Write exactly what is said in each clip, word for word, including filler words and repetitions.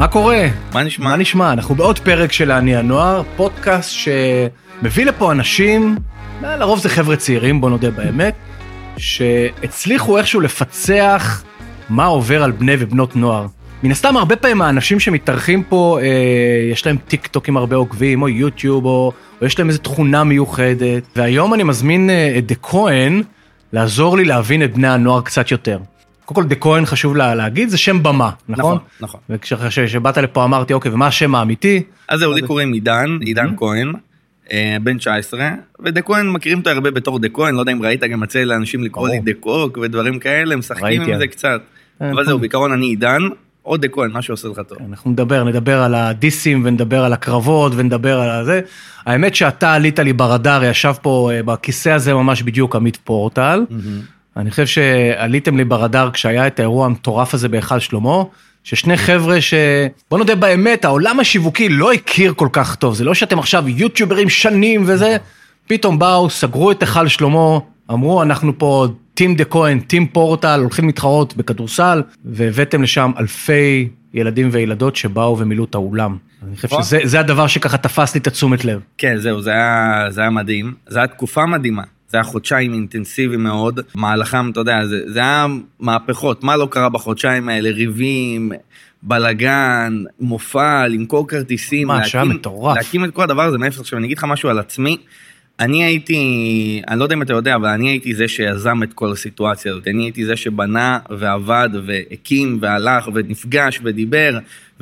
מה קורה? מה נשמע? מה נשמע? אנחנו בעוד פרק של אני הנוער, פודקאסט שמביא לפה אנשים, לרוב זה חבר'ה צעירים, בוא נודה באמת, שהצליחו איכשהו לפצח מה עובר על בני ובנות נוער. מן הסתם הרבה פעמים האנשים שמתארחים פה, אה, יש להם טיק טוק עם הרבה עוקבים, או יוטיוב, או, או יש להם איזו תכונה מיוחדת, והיום אני מזמין אה, את דה כהן לעזור לי להבין את בני הנוער קצת יותר. קודם כל, דה כהן חשוב לה, להגיד, זה שם במה, נכון? נכון, נכון. וכשבאת לפה אמרתי, אוקיי, ומה השם האמיתי? אז זהו, לי קוראים עידן, עידן כהן, בן תשע עשרה, ודה כהן מכירים אותו הרבה בתור דה כהן, לא יודע אם ראית, גם מצא לאנשים לקרוא לי דה קוק ודברים כאלה, משחקים עם זה קצת. אבל זהו, בעיקרון אני עידן, או דה כהן, מה שעושה לך טוב. אנחנו נדבר, נדבר על הדיסים, ונדבר על הקרבות, ונדבר על זה. האמת שאתה עלית לי ברדאר, ישב פה בכיסא הזה ממש בדיוק עמית פורטל. אני חושב שעליתם לי ברדאר כשהיה את האירוע המטורף הזה בהיכל שלמה, ששני חבר'ה ש... בוא נודה באמת, העולם השיווקי לא הכיר כל כך טוב, זה לא שאתם עכשיו יוטיוברים שנים וזה, פתאום באו, סגרו את היכל שלמה, אמרו אנחנו פה טים דה כהן, טים פורטל, הולכים להתחרות בכדורסל, והבאתם לשם אלפי ילדים וילדות שבאו ומילאו את האולם. אני חושב שזה זה הדבר שככה תפס לי את התשומת לב. כן, זהו, זה היה, זה היה מדהים, זה היה תקופה מדהימה. זה היה חודשיים אינטנסיבי מאוד, מהלכם, אתה יודע, זה, זה היה מהפכות, מה לא קרה בחודשיים האלה, ריבים, בלגן, מופע, למכור כרטיסים, מה, שהיה מטורף. להקים את כל הדבר הזה, מאפס, עכשיו אני אגיד לך משהו על עצמי, אני הייתי, אני לא יודע אם אתה יודע, אבל אני הייתי זה שיזם את כל הסיטואציה הזאת, אני הייתי זה שבנה ועבד והקים והלך ונפגש ודיבר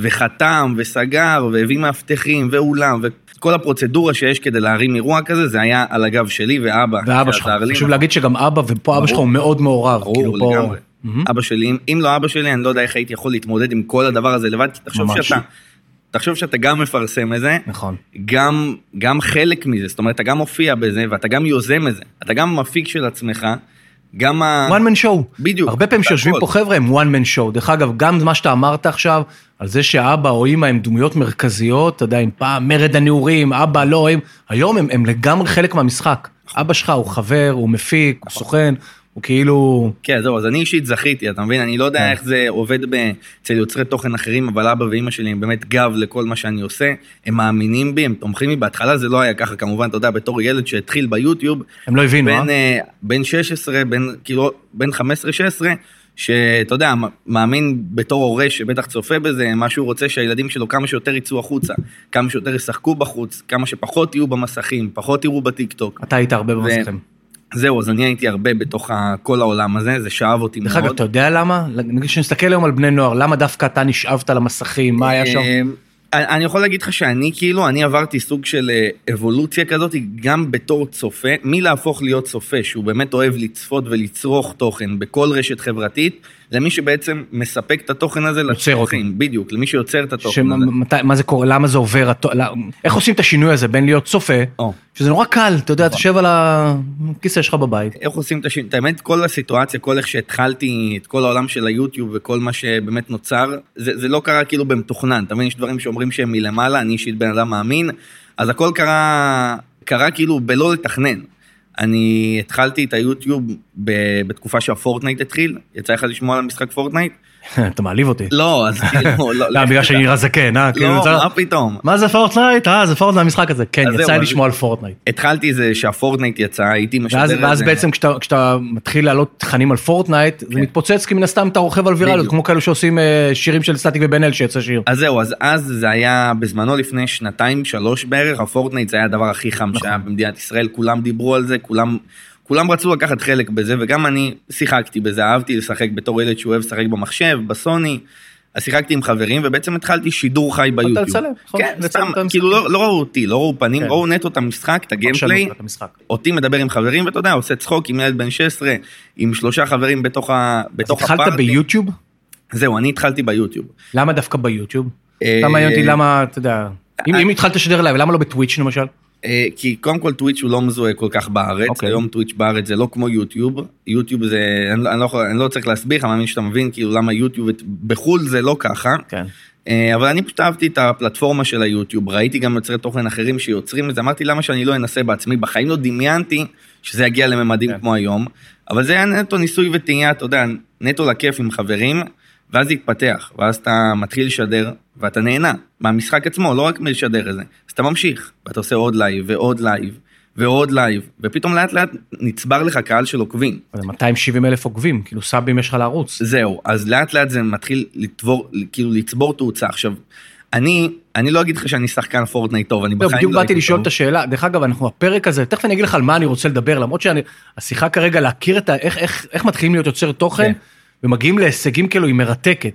וחתם וסגר והביא מאבטחים ואולם וכל הפרוצדורה שיש כדי להרים אירוע כזה, זה היה על הגב שלי ואבא. ואבא שלך, חשוב להגיד שגם אבא, ופה אבא שלך הוא מאוד מעורב. ברור, לגמרי. אבא שלי, אם לא אבא שלי, אני לא יודע איך הייתי יכול להתמודד עם כל הדבר הזה לבד, כי תחשוב שאתה... תחשוב שאתה גם מפרסם את זה, נכון. גם, גם חלק מזה, זאת אומרת, אתה גם מופיע בזה, ואתה גם יוזם את זה, אתה גם מפיק של עצמך, גם ה... one man show. בדיוק. הרבה פעמים שיושבים פה חבר'ה הם one man show, דרך אגב, גם מה שאתה אמרת עכשיו, על זה שאבא או אמא הם דמויות מרכזיות, אתה יודע, עם פעם מרד הנעורים, אבא לא, הם, היום הם, הם לגמרי חלק מהמשחק. אבא שלך הוא חבר, הוא מפיק, הוא סוכן, הוא כאילו... כן, זהו, אז אני אישית זכיתי, אתה מבין? אני לא יודע איך זה עובד אצל יוצרי תוכן אחרים, אבל אבא ואמא שלי הם באמת גב לכל מה שאני עושה, הם מאמינים בי, הם תומכים בי, בהתחלה זה לא היה ככה, כמובן, אתה יודע, בתור ילד שהתחיל ביוטיוב, הם לא הבינו, אה? בין שש עשרה, בין, כאילו, בין חמש עשרה שש עשרה, שאתה יודע, מאמין בתור הורה שבטח צופה בזה, מה שהוא רוצה שהילדים שלו כמה שיותר יצאו החוצה, כמה שיותר ישחקו בחוץ, כמה שפחות יהיו במסכים, פחות יראו בטיקטוק. אתה היית הרבה במסכים. זהו, אז אני הייתי הרבה בתוך כל העולם הזה, זה שאב אותי מאוד. דרך אגב, אתה יודע למה? נגיד שנסתכל היום על בני נוער, למה דווקא אתה נשאבת למסכים, מה היה שם? אני יכול להגיד לך שאני כאילו, אני עברתי סוג של אבולוציה כזאת, גם בתור צופה, מי להפוך להיות צופה, שהוא באמת אוהב לצפות ולצרוך תוכן בכל רשת חברתית, למי שבעצם מספק את התוכן הזה לצורכים, בדיוק, למי שיוצר את התוכן הזה. מה זה קורה, למה זה עובר, איך עושים את השינוי הזה בין להיות צופה, שזה נורא קל, אתה יודע, תשב על הכיסא שלך בבית. איך עושים את השינוי, את האמת, כל הסיטואציה, כל איך שהתחלתי את כל העולם של היוטיוב וכל מה שבאמת נוצר, זה לא קרה כאילו במתוכנן, אתה מבין, יש דברים שאומרים שהם מלמעלה, אני אישית בן אדם מאמין, אז הכל קרה, קרה כאילו בלא לתכנן. אני התחלתי את היוטיוב בתקופה שהפורטנייט התחיל, יצא לך לשמוע על המשחק פורטנייט? אתה מעליב אותי. לא, אז כאילו... לא, בגלל שאני נראה זקן, אה? לא, מה פתאום? מה זה פורטנייט? אה, זה פורטנייט, המשחק הזה. כן, יצא לשמוע על פורטנייט. התחלתי זה שהפורטנייט יצא, הייתי משדר את זה. ואז בעצם כשאתה מתחיל לעלות תכנים על פורטנייט, זה מתפוצץ כי מן הסתם אתה רוכב על ויראליות, כמו כאלו שעושים שירים של סטטיק ובן אל שיצא שיר. אז זהו, אז זה היה בזמנו לפני שנתיים, שלוש בערך, הפורטנייט זה היה הדבר הכי חם שהיה במדינת ישראל, כולם דיברו על זה, כולם... כולם רצו לקחת חלק בזה, וגם אני שיחקתי בזה, אהבתי לשחק בתור ילד שהוא אוהב לשחק במחשב, בסוני, אז שיחקתי עם חברים, ובעצם התחלתי שידור חי ביוטיוב. אתה לצלם, כן, סתם, כאילו לא ראו אותי, לא ראו פנים, ראו נטו את המשחק, את הגיימפליי, אותי מדבר עם חברים, ואתה יודע, עושה צחוק עם ילד בן שש עשרה, עם שלושה חברים בתוך הפארטי. אז התחלת ביוטיוב? זהו, אני התחלתי ביוטיוב. למה דווקא ביוטיוב? למה מעניין אותי, למה, אתה יודע, אם התחלת לשדר לייב, למה לא בטוויץ' למשל? כי קודם כל טוויץ' הוא לא מזוהה כל כך בארץ, היום טוויץ' בארץ זה לא כמו יוטיוב, יוטיוב זה, אני לא צריך להסביר, אני מאמין שאתה מבין כאילו למה יוטיוב בחול זה לא ככה, אבל אני פשוט אהבתי את הפלטפורמה של היוטיוב, ראיתי גם יוצרי תוכן אחרים שיוצרים את זה, אמרתי למה שאני לא אנסה בעצמי, בחיים לא דמיינתי שזה יגיע לממדים כמו היום, אבל זה היה נטו ניסוי וטעייה, אתה יודע, נטו לכיף עם חברים, ואז זה יתפתח, ואז אתה מתחיל לשדר, ואתה נהנה מהמשחק עצמו, לא רק מלשדר את זה, אז אתה ממשיך, ואתה עושה עוד לייב, ועוד לייב, ועוד לייב, ופתאום לאט לאט נצבר לך קהל של עוקבים. זה מאתיים שבעים אלף עוקבים, כאילו סאבים יש לך לערוץ. זהו, אז לאט לאט זה מתחיל לתבור, כאילו לצבור תאוצה. עכשיו, אני, אני לא אגיד לך שאני שחקן פורטנייט טוב, אני בחיים לא הייתי טוב. בדיוק באתי לשאול את השאלה, דרך אגב, אנחנו הפרק הזה, תכף אני אגיד לך על מה אני רוצה לדבר, למרות שהשיחה כרגע להכיר את ה... איך, איך, איך מתחילים להיות יוצר תוכן, ומגיעים להישגים כאילו היא מרתקת.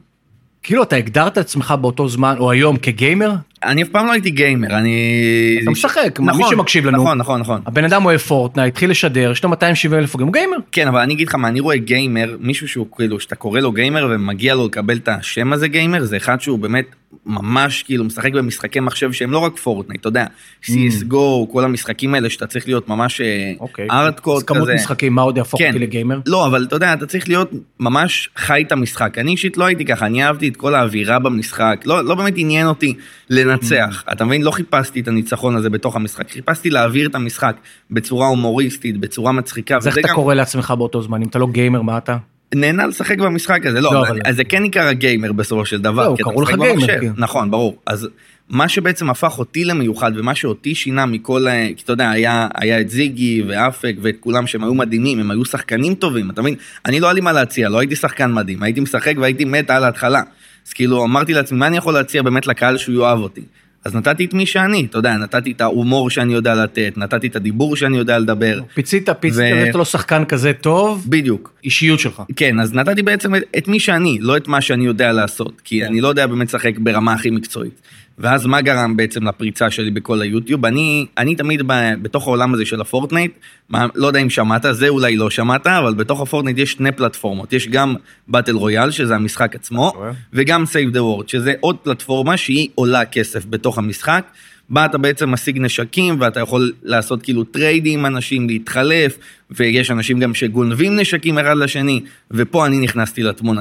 כאילו אתה הגדרת עצמך באותו זמן, או היום כגיימר? אני אף פעם לא הייתי גיימר, אני... אתה משחק, מי שמקשיב לנו. נכון, נכון, נכון. הבן אדם אוהב פורטנייט, התחיל לשדר, יש לו מאתיים שבעים אלף הוא גיימר. כן, אבל אני אגיד לך מה, אני רואה גיימר, מישהו שהוא כאילו, שאתה קורא לו גיימר, ומגיע לו לקבל את השם הזה גיימר, זה אחד שהוא באמת ממש כאילו משחק במשחקי מחשב שהם לא רק פורטנייט, אתה יודע, סי אס גו, כל המשחקים האלה שאתה צריך להיות ממש ארטקור כזה. כמות משחקים, מה עוד יהפוך אותי לגיימר? לא, אבל אתה יודע, אתה צריך להיות ממש חי את המשחק. אני אישית לא הייתי ככה, אני אהבתי את כל האווירה במשחק, לא, לא באמת עניין אותי לנצח. אתה מבין? לא חיפשתי את הניצחון הזה בתוך המשחק, חיפשתי להעביר את המשחק בצורה הומוריסטית, בצורה מצחיקה. אז איך אתה קורא לעצמך באותו זמן? אם אתה לא גיימר, מה אתה? נהנה לשחק במשחק הזה, לא, אז זה כן נקרא גיימר בסופו של דבר. לא, קראו לך גיימר. נכון, ברור. אז מה שבעצם הפך אותי למיוחד, ומה שאותי שינה מכל, כי אתה יודע, היה, היה את זיגי ואפק ואת כולם שהם היו מדהימים, הם היו שחקנים טובים, אתה מבין? אני לא היה לי מה להציע, לא הייתי שחקן מדהים, הייתי משחק והייתי מת על ההתחלה. אז כאילו אמרתי לעצמי, מה אני יכול להציע באמת לקהל שהוא יאהב אותי? אז נתתי את מי שאני, אתה יודע, נתתי את ההומור שאני יודע לתת, נתתי את הדיבור שאני יודע לדבר. פיצית, פיצית, אתה לא שחקן כזה טוב. בדיוק. אישיות שלך. כן, אז נתתי בעצם את מי שאני, לא את מה שאני יודע לעשות, כי אני לא יודע באמת לשחק ברמה הכי מקצועית. ואז מה גרם בעצם לפריצה שלי בכל היוטיוב? אני, אני תמיד בתוך העולם הזה של הפורטנייט, מה, לא יודע אם שמעת, זה אולי לא שמעת, אבל בתוך הפורטנייט יש שני פלטפורמות. יש גם באטל רויאל, שזה המשחק עצמו, וגם Save the World, שזה עוד פלטפורמה שהיא עולה כסף בתוך המשחק, בה אתה בעצם משיג נשקים, ואתה יכול לעשות כאילו טריידים עם אנשים, להתחלף, ויש אנשים גם שגונבים נשקים אחד לשני, ופה אני נכנסתי לתמונה.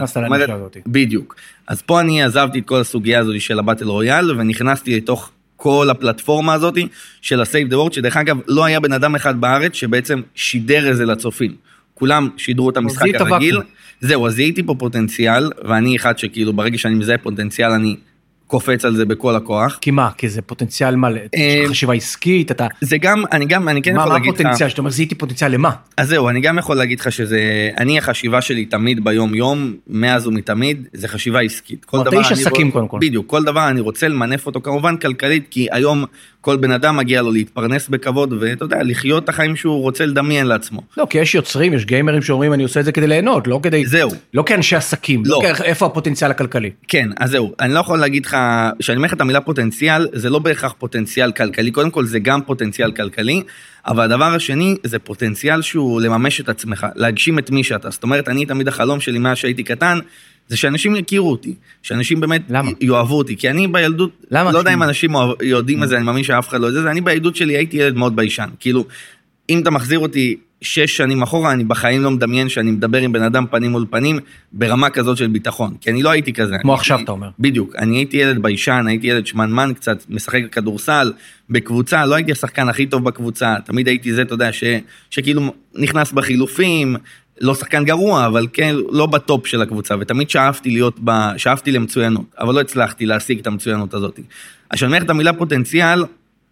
בדיוק. אז פה אני עזבתי את כל הסוגיה הזאת של הבטל רויאל, ונכנסתי לתוך כל הפלטפורמה הזאת של ה-Save the World, שדרך אגב לא היה בן אדם אחד בארץ, שבעצם שידר את זה לצופים. כולם שידרו את המשחק הרגיל. זהו, אז הייתי פה פוטנציאל, ואני אחד שכאילו ברגע שאני מזהה פוטנציאל, אני קופץ על זה בכל הכוח. כי מה? כי זה פוטנציאל מה? חשיבה עסקית? אתה... זה גם, אני גם, אני כן יכול להגיד לך... מה הפוטנציאל? שאתה אומר, זיהיתי פוטנציאל למה? אז זהו, אני גם יכול להגיד לך שזה... אני, החשיבה שלי תמיד ביום יום, מאז ומתמיד, זה חשיבה עסקית. אתה איש עסקים קודם כל. בדיוק, כל דבר אני רוצה למנף אותו כמובן כלכלית, כי היום כל בן אדם מגיע לו להתפרנס בכבוד, ואתה יודע, לחיות את החיים שהוא רוצה לדמיין לעצמו. לא, כי יש יוצרים, יש גיימרים שאומרים, אני עושה את זה כדי ליהנות, לא כדי... זהו. לא כאנשי עסקים, לא. לא איפה הפוטנציאל הכלכלי. כן, אז זהו, אני לא יכול להגיד לך, שאני אומר לך את המילה פוטנציאל, זה לא בהכרח פוטנציאל כלכלי, קודם כל זה גם פוטנציאל כלכלי, אבל הדבר השני זה פוטנציאל שהוא לממש את עצמך, להגשים את מי שאתה. זאת אומרת, אני תמיד החלום שלי מאז שהייתי קטן, זה שאנשים יכירו אותי, שאנשים באמת למה? יאהבו אותי, כי אני בילדות, למה? לא יודע אם אנשים יודעים את זה, אני מאמין שאף אחד לא יודע, אני בילדות שלי הייתי ילד מאוד ביישן, כאילו, אם אתה מחזיר אותי שש שנים אחורה, אני בחיים לא מדמיין שאני מדבר עם בן אדם פנים מול פנים, ברמה כזאת של ביטחון, כי אני לא הייתי כזה. כמו עכשיו אתה אומר. בדיוק, אני הייתי ילד ביישן, הייתי ילד שמנמן קצת, משחק כדורסל, בקבוצה, לא הייתי השחקן הכי טוב בקבוצה, תמיד הייתי זה, אתה יודע, ש, שכאילו נכנס בחילופים, לא שחקן גרוע, אבל כן, לא בטופ של הקבוצה, ותמיד שאפתי להיות, ב, שאפתי למצוינות, אבל לא הצלחתי להשיג את המצוינות הזאת. אז שאני אומר את המילה פוטנציאל,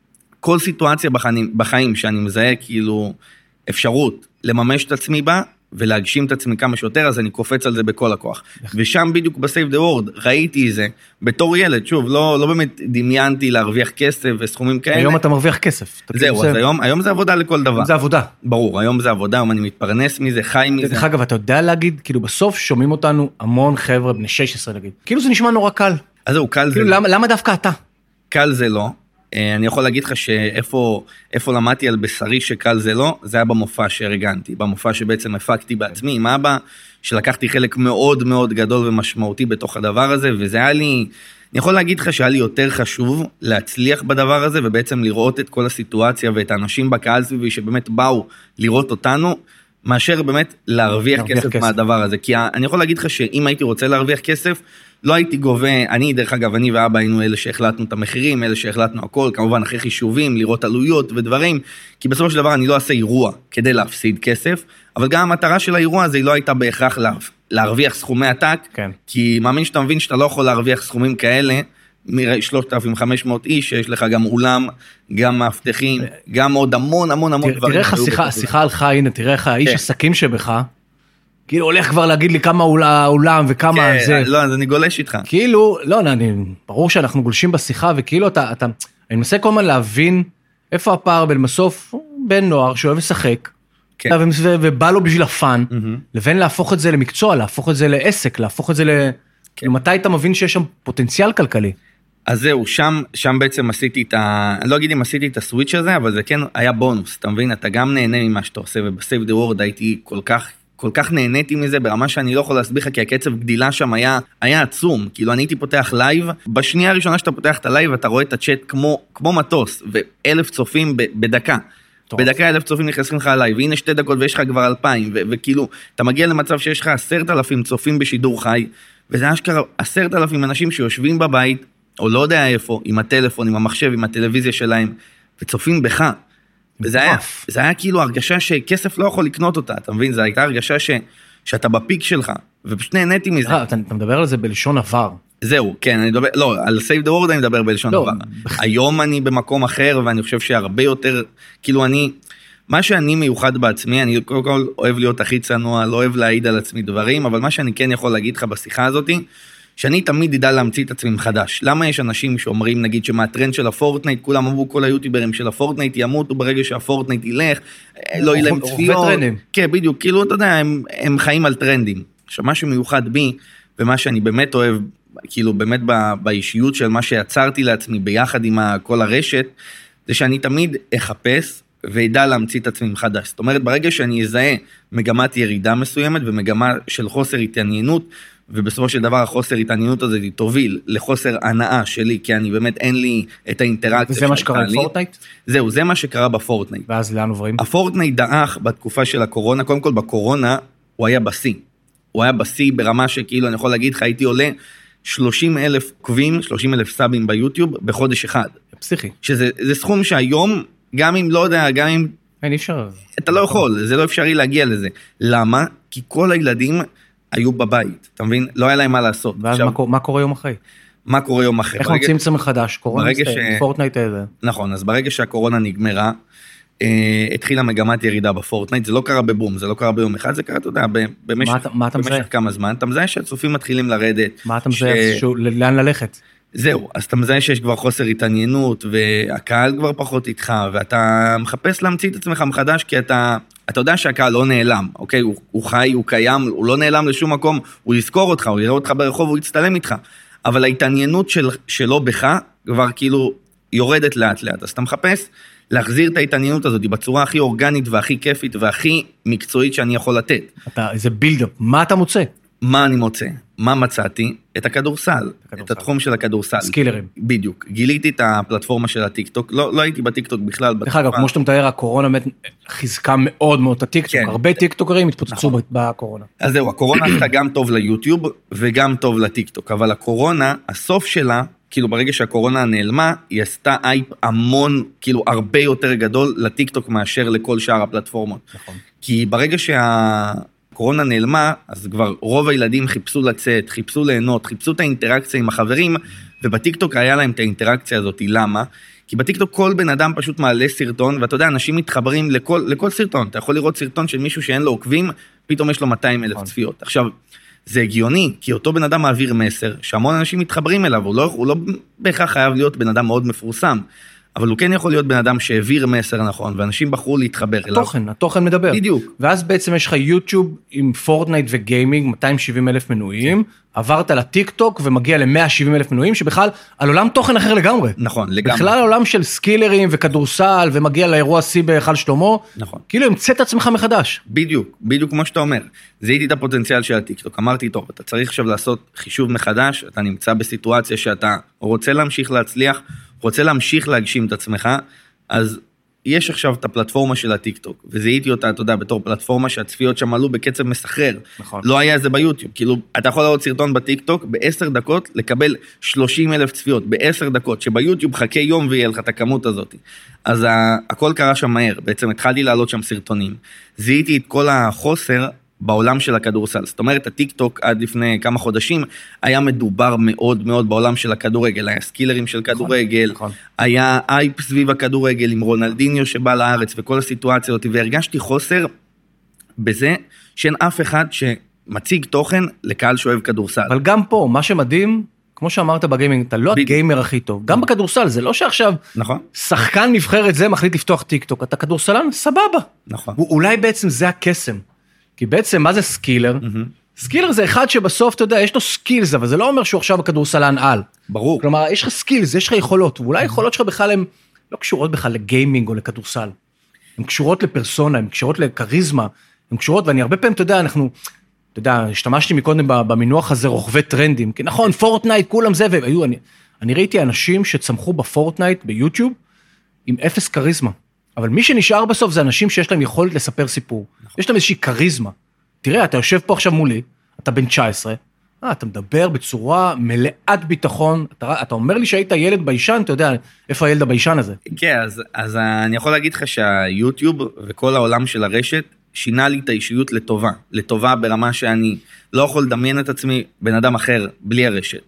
כל סיטואציה בחיים, בחיים שאני מזהה כאילו אפשרות לממש את עצמי בה, ולהגשים את עצמי כמה שיותר, אז אני קופץ על זה בכל הכוח. ושם בדיוק ב-Save the World, ראיתי זה, בתור ילד, שוב, לא, לא באמת דמיינתי להרוויח כסף וסכומים כאלה. היום אתה מרוויח כסף. זהו, אז היום, היום זה עבודה לכל דבר. זה עבודה. ברור, היום זה עבודה, היום אני מתפרנס מזה, חי מזה. דרך אגב, אתה יודע להגיד, כאילו בסוף שומעים אותנו המון חבר'ה בני שש עשרה נגיד. כאילו זה נשמע נורא קל. אז זהו, קל כאילו, זה... למה, למה דווקא אתה? קל זה לא. אני יכול להגיד לך שאיפה איפה למדתי על בשרי שקל זה לא, זה היה במופע שהרגנתי, במופע שבעצם הפקתי בעצמי עם אבא, שלקחתי חלק מאוד מאוד גדול ומשמעותי בתוך הדבר הזה, וזה היה לי, אני יכול להגיד לך שהיה לי יותר חשוב להצליח בדבר הזה, ובעצם לראות את כל הסיטואציה ואת האנשים בקהל סביבי שבאמת באו לראות אותנו, מאשר באמת להרוויח כסף, כסף מהדבר הזה, כי אני יכול להגיד לך שאם הייתי רוצה להרוויח כסף, לא הייתי גובה, אני דרך אגב, אני ואבא היינו אלה שהחלטנו את המחירים, אלה שהחלטנו הכל, כמובן אחרי חישובים, לראות עלויות ודברים, כי בסופו של דבר אני לא אעשה אירוע כדי להפסיד כסף, אבל גם המטרה של האירוע הזה היא לא הייתה בהכרח להרוויח סכומי עתק, כן. כי מאמין שאתה מבין שאתה לא יכול להרוויח סכומים כאלה, מ-שלושת אלפים וחמש מאות איש, שיש לך גם אולם, גם מאבטחים, גם עוד המון המון המון דברים. תראה איך השיחה הלכה, הנה, תראה איך האיש עסקים שבך, כאילו הולך כבר להגיד לי כמה אולם וכמה זה. לא, אז אני גולש איתך. כאילו, לא, אני, ברור שאנחנו גולשים בשיחה, וכאילו אתה, אתה, אני מנסה כל הזמן להבין איפה הפער בין מסוף, בין נוער שאוהב לשחק, ובא לו בשביל הפן, לבין להפוך את זה למקצוע, להפוך את זה לעסק, להפוך את זה ל... מתי אתה מבין שיש שם פוטנציאל כלכלי? אז זהו, שם, שם בעצם עשיתי את ה... אני לא אגיד אם עשיתי את הסוויץ' הזה, אבל זה כן היה בונוס, אתה מבין? אתה גם נהנה ממה שאתה עושה, ובסייב דה וורד הייתי כל כך, כל כך נהניתי מזה, ברמה שאני לא יכול להסביר לך, כי הקצב גדילה שם היה, היה עצום. כאילו, אני הייתי פותח לייב, בשנייה הראשונה שאתה פותח את הלייב, אתה רואה את הצ'אט כמו, כמו מטוס, ואלף צופים ב, בדקה. טוב. בדקה אלף צופים נכנסים לך לייב, והנה שתי דקות ויש לך כבר אלפיים, ו- וכאילו, אתה מגיע למצב שיש לך עשרת אלפים צופים בשידור חי, וזה אשכרה עשרת אלפים אנשים שיושבים בבית, או לא יודע איפה, עם הטלפון, עם המחשב, עם הטלוויזיה שלהם, וצופים בך. וזה היה, זה היה כאילו הרגשה שכסף לא יכול לקנות אותה, אתה מבין? זו הייתה הרגשה ש, שאתה בפיק שלך, ופשוט נהניתי מזה. אתה, אתה מדבר על זה בלשון עבר. זהו, כן, אני מדבר, לא, על Save the World אני מדבר בלשון לא, עבר. היום אני במקום אחר, ואני חושב שהרבה יותר, כאילו אני, מה שאני מיוחד בעצמי, אני קודם כל אוהב להיות הכי צנוע, לא אוהב להעיד על עצמי דברים, אבל מה שאני כן יכול להגיד לך בשיחה הזאת, שאני תמיד ידע להמציא את עצמי מחדש. למה יש אנשים שאומרים, נגיד, שמהטרנד של הפורטנייט, כולם אמרו, כל היוטיוברים של הפורטנייט ימותו ברגע שהפורטנייט ילך, לא יהיה להם צפיות. כן, בדיוק, כאילו, אתה יודע, הם, הם חיים על טרנדים. עכשיו, משהו מיוחד בי, ומה שאני באמת אוהב, כאילו, באמת באישיות של מה שיצרתי לעצמי, ביחד עם כל הרשת, זה שאני תמיד אחפש, וידע להמציא את עצמי מחדש. זאת אומרת, ברגע שאני אזהה מגמת ירידה מסוימת, ומגמה של חוסר התעניינות, ובסופו של דבר החוסר התעניינות הזה תוביל לחוסר הנאה שלי, כי אני באמת אין לי את האינטראקציה. וזה מה שקרה בפורטנייט? זהו, זה מה שקרה בפורטנייט. ואז לאן עוברים? הפורטנייט דעך בתקופה של הקורונה, קודם כל בקורונה הוא היה בסי. הוא היה בסי ברמה שכאילו אני יכול להגיד לך, הייתי עולה שלושים אלף עוקבים, שלושים אלף סאבים ביוטיוב בחודש אחד. פסיכי. שזה זה סכום שהיום, גם אם לא יודע, גם אם... אין, אי אפשר. אתה לא יכול, זה לא אפשרי להגיע לזה. למה? כי כל הילדים היו בבית, אתה מבין? לא היה להם מה לעשות. ואז עכשיו, מה, מה קורה יום אחרי? מה קורה יום אחרי? איך מוצאים את זה מחדש? קורונה, ש... פורטנייט הזה. נכון, אז ברגע שהקורונה נגמרה, אה, התחילה מגמת ירידה בפורטנייט, זה לא קרה בבום, זה לא קרה ביום אחד, זה קרה, אתה יודע, במשך, מה, מה במשך כמה זמן, אתה מזהה שהצופים מתחילים לרדת. מה אתה מזהה? ש... לאן ללכת? זהו, אז אתה מזהה שיש כבר חוסר התעניינות, והקהל כבר פחות איתך, ואתה מחפש להמציא את עצמך מחדש, כי אתה, אתה יודע שהקהל לא נעלם, אוקיי? הוא, הוא חי, הוא קיים, הוא לא נעלם לשום מקום, הוא יזכור אותך, הוא יראה אותך ברחוב, הוא יצטלם איתך, אבל ההתעניינות של, שלו בך, כבר כאילו יורדת לאט לאט, אז אתה מחפש להחזיר את ההתעניינות הזאת, בצורה הכי אורגנית והכי כיפית, והכי מקצועית שאני יכול לתת. אתה, איזה בילדאפ, מה אתה מוצא? מה אני מוצא? מה מצאתי? את הכדורסל, הכדורסל. את התחום של הכדורסל. סקילרים. בדיוק. גיליתי את הפלטפורמה של הטיקטוק, לא, לא הייתי בטיקטוק בכלל. דרך אגב, כמו שאתה מתאר, הקורונה באמת חיזקה מאוד מאוד את הטיקטוק, כן. הרבה טיקטוקרים התפוצצו נכון. בקורונה. אז זהו, הקורונה עשתה גם טוב ליוטיוב, וגם טוב לטיקטוק, אבל הקורונה, הסוף שלה, כאילו ברגע שהקורונה נעלמה, היא עשתה אייפ המון, כאילו הרבה יותר גדול לטיקטוק מאשר לכל שאר הפלטפורמות. נכון. כי ברגע שה... קורונה נעלמה, אז כבר רוב הילדים חיפשו לצאת, חיפשו ליהנות, חיפשו את האינטראקציה עם החברים, ובטיקטוק היה להם את האינטראקציה הזאת. למה? כי בטיקטוק כל בן אדם פשוט מעלה סרטון, ואתה יודע, אנשים מתחברים לכל, לכל סרטון. אתה יכול לראות סרטון של מישהו שאין לו עוקבים, פתאום יש לו מאתיים אלף צפיות. עכשיו, זה הגיוני, כי אותו בן אדם מעביר מסר, שהמון אנשים מתחברים אליו, הוא לא, הוא לא בהכרח חייב להיות בן אדם מאוד מפורסם, אבל הוא כן יכול להיות בן אדם שהעביר מסר נכון, ואנשים בחרו להתחבר אליו. התוכן, התוכן מדבר. בדיוק. ואז בעצם יש לך יוטיוב עם פורטנייט וגיימינג, מאתיים שבעים אלף מנויים, עברת לטיק טוק ומגיע ל-מאה שבעים אלף מנויים, שבכלל על עולם תוכן אחר לגמרי. נכון, לגמרי. בכלל על עולם של סקילרים וכדורסל, ומגיע לאירוע סי בהיכל שלמה, נכון. כאילו המצאת את עצמך מחדש. בדיוק, בדיוק כמו שאתה אומר. זיהיתי את הפוטנציאל של הטיק טוק, אמרתי, טוב, אתה צריך עכשיו לעשות חישוב מחדש, אתה נמצא בסיטואציה שאתה רוצה להמשיך להצליח, רוצה להמשיך להגשים את עצמך, אז יש עכשיו את הפלטפורמה של הטיק-טוק, וזיהיתי אותה, אתה יודע, בתור פלטפורמה שהצפיות שם עלו בקצב מסחרר. נכון. לא היה זה ביוטיוב, כאילו, אתה יכול לראות סרטון בטיק-טוק, בעשר דקות לקבל שלושים אלף צפיות, בעשר דקות, שביוטיוב חכה יום ויהיה לך את הכמות הזאת. אז הכל קרה שם מהר, בעצם התחלתי לעלות שם סרטונים, זיהיתי את כל החוסר בעולם של הכדורסל. זאת אומרת, הטיק טוק עד לפני כמה חודשים היה מדובר מאוד מאוד בעולם של הכדורגל, היה סקילרים של כדורגל, נכון, נכון. היה אייפ סביב הכדורגל עם רונלדיניו שבא לארץ וכל הסיטואציה אותי, והרגשתי חוסר בזה שאין אף אחד שמציג תוכן לקהל שאוהב כדורסל. אבל גם פה, מה שמדהים, כמו שאמרת בגיימינג, אתה לא הגיימר הכי טוב, גם בכדורסל, זה לא שעכשיו נכון. שחקן נבחרת זה מחליט לפתוח טיק טוק, אתה כדורסלן, סבבה. נכון. ואולי בעצם זה הקסם. כי בעצם, מה זה סקילר? Mm-hmm. סקילר זה אחד שבסוף, אתה יודע, יש לו סקילס, אבל זה לא אומר שהוא עכשיו הכדורסלן על. ברור. כלומר, יש לך סקילס, יש לך יכולות, ואולי יכולות שלך בכלל הן לא קשורות בכלל לגיימינג או לכדורסל. הן קשורות לפרסונה, הן קשורות לקריזמה, הן קשורות, ואני הרבה פעמים, אתה יודע, אנחנו, אתה יודע, השתמשתי מקודם במינוח הזה, רוכבי טרנדים, כי נכון, פורטנייט, כולם זה, והיו, אני, אני ראיתי אנשים שצמחו בפורטנייט, ביוטיוב, עם אפס קריזמה. אבל מי שנשאר בסוף זה אנשים שיש להם יכולת לספר סיפור. יש להם איזושהי קריזמה. תראה, אתה יושב פה עכשיו מולי, אתה בן תשע עשרה, אה, אתה מדבר בצורה מלאת ביטחון, אתה, אתה אומר לי שהיית ילד ביישן, אתה יודע, איפה הילד הביישן הזה? כן, אז, אז אני יכול להגיד לך שהיוטיוב וכל העולם של הרשת, שינה לי את האישיות לטובה, לטובה ברמה שאני לא יכול לדמיין את עצמי בן אדם אחר בלי הרשת.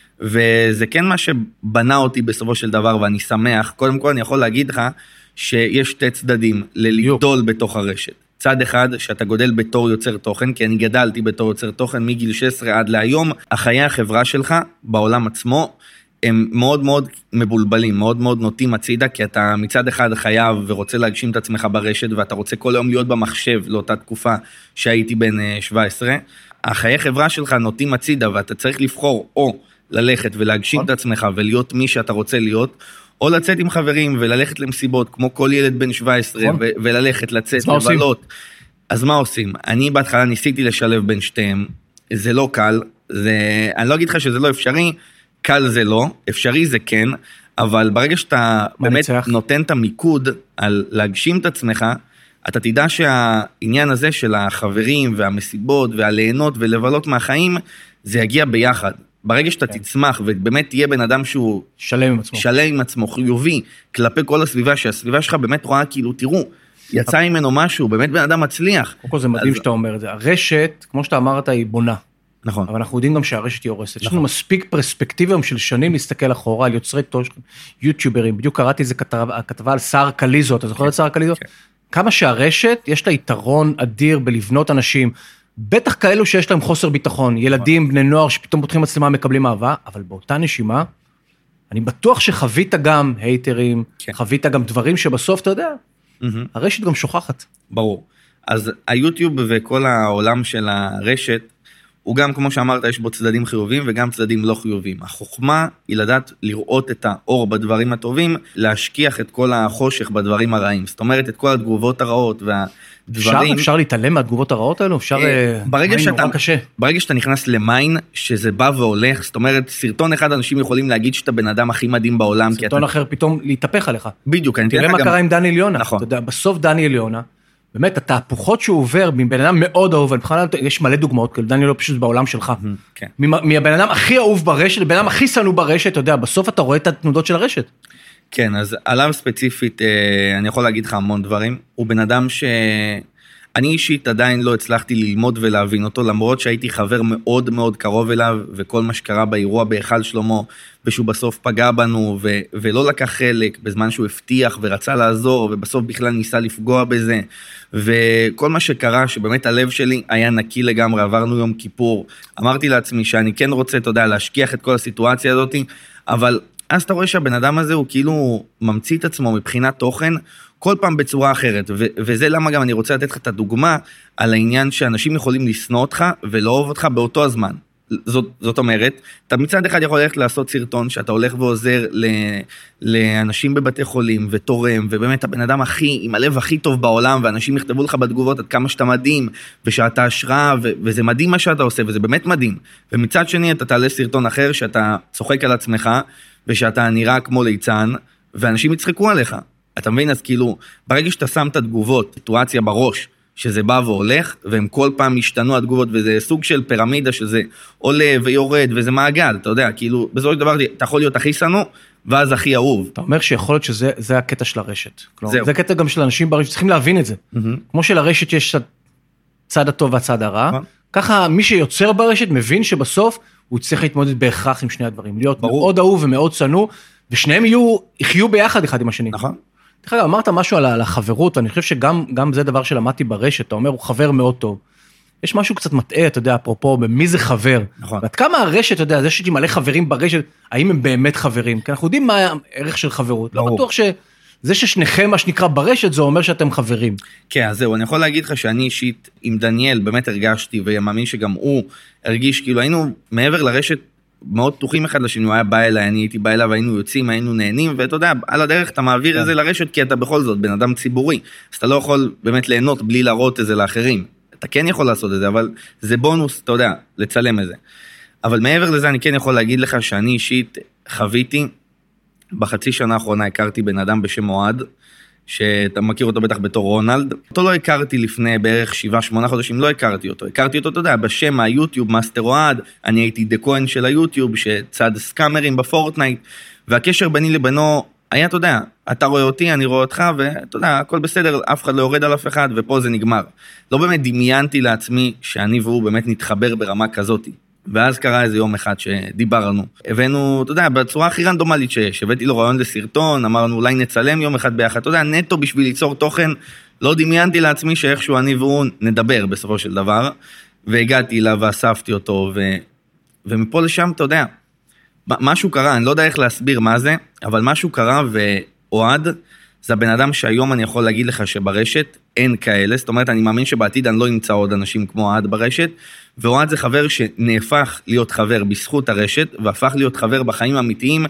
וזה כן מה שבנה אותי בסופו של דבר, ואני שמח. קודם כל אני יכול להגיד לך, שיש שתי צדדים ללגדול בתוך הרשת. צד אחד, שאתה גודל בתור יוצר תוכן, כי אני גדלתי בתור יוצר תוכן מגיל שש עשרה עד להיום, החיי החברה שלך בעולם עצמו, הם מאוד מאוד מבולבלים, מאוד מאוד נוטים הצידה, כי אתה מצד אחד חייב ורוצה להגשים את עצמך ברשת, ואתה רוצה כל היום להיות במחשב לאותה תקופה שהייתי בן שבע עשרה. החיי חברה שלך נוטים הצידה, ואתה צריך לבחור או ללכת ולהגשים את עצמך ולהיות מי שאתה רוצה להיות, או לצאת עם חברים וללכת למסיבות, כמו כל ילד בן שבע עשרה, ו- וללכת, לצאת, לבלות. אז מה עושים? אני בהתחלה ניסיתי לשלב בין שתיהם, זה לא קל, זה... אני לא אגיד לך שזה לא אפשרי, קל זה לא, אפשרי זה כן, אבל ברגע שאתה באמת נצח? נותן את המיקוד על להגשים את עצמך, אתה תדע שהעניין הזה של החברים והמסיבות והליהנות ולבלות מהחיים, זה יגיע ביחד. ברגע שאתה כן. תצמח, ובאמת תהיה בן אדם שהוא שלם עם עצמו, שלם עם עצמו, חיובי, כלפי כל הסביבה, שהסביבה שלך באמת רואה כאילו, תראו, יצא ממנו משהו, באמת בן אדם מצליח. קודם כל זה מדהים אז... שאתה אומר את זה. הרשת, כמו שאתה אמרת, היא בונה. נכון. אבל אנחנו יודעים גם שהרשת היא הורסת. נכון. יש לנו מספיק פרספקטיבה של שנים להסתכל אחורה, על יוצרי תוכן, יוטיוברים, בדיוק קראתי איזה כתבה, כתבה על שר קליזו, אתה זוכר את שר קליזו? כן. כמה שהרשת, יש לה יתרון אדיר בלבנות אנשים, בטח כאלו שיש להם חוסר ביטחון, ילדים, בני נוער שפתאום פותחים מצלמה מקבלים אהבה, אבל באותה נשימה, אני בטוח שחווית גם הייטרים, כן. חווית גם דברים שבסוף, אתה יודע, mm-hmm. הרשת גם שוכחת. ברור. אז היוטיוב וכל העולם של הרשת, הוא גם, כמו שאמרת, יש בו צדדים חיוביים וגם צדדים לא חיוביים. החוכמה היא לדעת לראות את האור בדברים הטובים, להשכיח את כל החושך בדברים הרעים. זאת אומרת, את כל התגובות הרעות והדברים... אפשר, אפשר להתעלם מהתגובות הרעות האלו? אפשר... ברגע שאתה, ברגע שאתה נכנס למיין, שזה בא והולך, זאת אומרת, סרטון אחד אנשים יכולים להגיד שאתה בן אדם הכי מדהים בעולם. סרטון אחר פתאום להתהפך עליך. בדיוק. תראה מה קרה עם דניאל יונה. נכון. אתה יודע, בסוף דניאל יונה, באמת, התהפוכות שהוא עובר מבן אדם מאוד אהוב, יש מלא דוגמאות, כי דניאל לא פשוט בעולם שלך. מהבן אדם הכי אהוב ברשת, לבן אדם הכי שנוא ברשת, אתה יודע, בסוף אתה רואה את התנודות של הרשת. כן, אז עליו ספציפית, אני יכול להגיד לך המון דברים. הוא בן אדם ש... אני אישית עדיין לא הצלחתי ללמוד ולהבין אותו, למרות שהייתי חבר מאוד מאוד קרוב אליו, וכל מה שקרה באירוע בהיכל שלמה, ושהוא בסוף פגע בנו, ו- ולא לקח חלק, בזמן שהוא הבטיח ורצה לעזור, ובסוף בכלל ניסה לפגוע בזה, וכל מה שקרה, שבאמת הלב שלי היה נקי לגמרי, עברנו יום כיפור, אמרתי לעצמי שאני כן רוצה, אתה יודע, להשכיח את כל הסיטואציה הזאת, אבל אז אתה רואה שהבן אדם הזה הוא כאילו ממציא את עצמו מבחינת תוכן, כל פעם בצורה אחרת, ו- וזה למה גם אני רוצה לתת לך את הדוגמה, על העניין שאנשים יכולים לשנוא אותך, ולא אוהב אותך באותו הזמן. זאת, זאת אומרת, אתה מצד אחד יכול ללכת לעשות סרטון, שאתה הולך ועוזר ל- לאנשים בבתי חולים, ותורם, ובאמת הבן אדם הכי, עם הלב הכי טוב בעולם, ואנשים יכתבו לך בתגובות עד כמה שאתה מדהים, ושאתה השראה, ו- וזה מדהים מה שאתה עושה, וזה באמת מדהים. ומצד שני, אתה תעלה סרטון אחר, שאתה צוחק על עצמך, ושאתה נראה כמו ליצן, ואנשים יצחקו עליך. אתה מבין? אז כאילו, ברגע שאתה שם את התגובות, סיטואציה בראש, שזה בא והולך, והם כל פעם השתנו התגובות, וזה סוג של פירמידה, שזה עולה ויורד, וזה מעגל, אתה יודע, כאילו, בסופו של דבר, אתה יכול להיות הכי שנוא, ואז הכי אהוב. אתה אומר שיכול להיות שזה הקטע של הרשת. כלומר, זה הקטע גם של אנשים ברשת, צריכים להבין את זה. כמו שלרשת יש הצד הטוב והצד הרע. ככה מי שיוצר ברשת מבין שבסוף הוא צריך להתמודד בהכרח עם שני הדברים, להיות מאוד אהוב ומאוד צנוע, ושניהם יהיו, יחיו ביחד אחד עם השני. נכון. דרך אגב, אמרת משהו על החברות, ואני חושב שגם גם זה דבר שלמדתי ברשת, אתה אומר, הוא חבר מאוד טוב. יש משהו קצת מטעה, אתה יודע, אפרופו, במי זה חבר. נכון. ועד כמה הרשת, אתה יודע, זה שיש לי מלא חברים ברשת, האם הם באמת חברים? כי אנחנו יודעים מה הערך של חברות. לא בטוח שזה ששניכם, מה שנקרא ברשת, זה אומר שאתם חברים. כן, אז זהו, אני יכול להגיד לך שאני אישית עם דניאל באמת הרגשתי, ומאמין שגם הוא הרגיש, כאילו היינו מעבר לרשת, מאוד פתוחים אחד לשני, הוא היה בא אליי, אני הייתי בא אליו, היינו יוצאים, היינו נהנים, ואתה יודע, על הדרך אתה מעביר את זה לרשת, כי אתה בכל זאת בן אדם ציבורי, אז אתה לא יכול באמת ליהנות בלי להראות את זה לאחרים. אתה כן יכול לעשות את זה, אבל זה בונוס, אתה יודע, לצלם את זה. אבל מעבר לזה, אני כן יכול להגיד לך שאני אישית חוויתי, בחצי שנה האחרונה הכרתי בן אדם בשם אוהד, שאתה מכיר אותו בטח בתור רונלד. אותו לא הכרתי לפני בערך שבעה, שמונה חודשים, לא הכרתי אותו. הכרתי אותו, אתה יודע, בשם היוטיוב, מאסטר אוהד, אני הייתי דקוין של היוטיוב, שצד סקאמרים בפורטנייט, והקשר ביני לבינו היה, אתה יודע, אתה רואה אותי, אני רואה אותך, ואתה יודע, הכל בסדר, אף אחד לא יורד על אף אחד, ופה זה נגמר. לא באמת דמיינתי לעצמי שאני והוא באמת נתחבר ברמה כזאת. ואז קרה איזה יום אחד שדיברנו. הבאנו, אתה יודע, בצורה הכי רנדומלית שיש, הבאתי לו רעיון לסרטון, אמרנו אולי נצלם יום אחד ביחד, אתה יודע, נטו בשביל ליצור תוכן, לא דמיינתי לעצמי שאיכשהו אני והוא נדבר בסופו של דבר, והגעתי אליו ואספתי אותו, ו... ומפה לשם, אתה יודע, משהו קרה, אני לא יודע איך להסביר מה זה, אבל משהו קרה ואוהד, זה הבן אדם שהיום אני יכול להגיד לך שברשת אין כאלה, זאת אומרת, אני מאמין שבעתיד אני לא אמצא עוד אנשים כמו אוהד ברשת, ואוהד זה חבר שנהפך להיות חבר בזכות הרשת, והפך להיות חבר בחיים האמיתיים,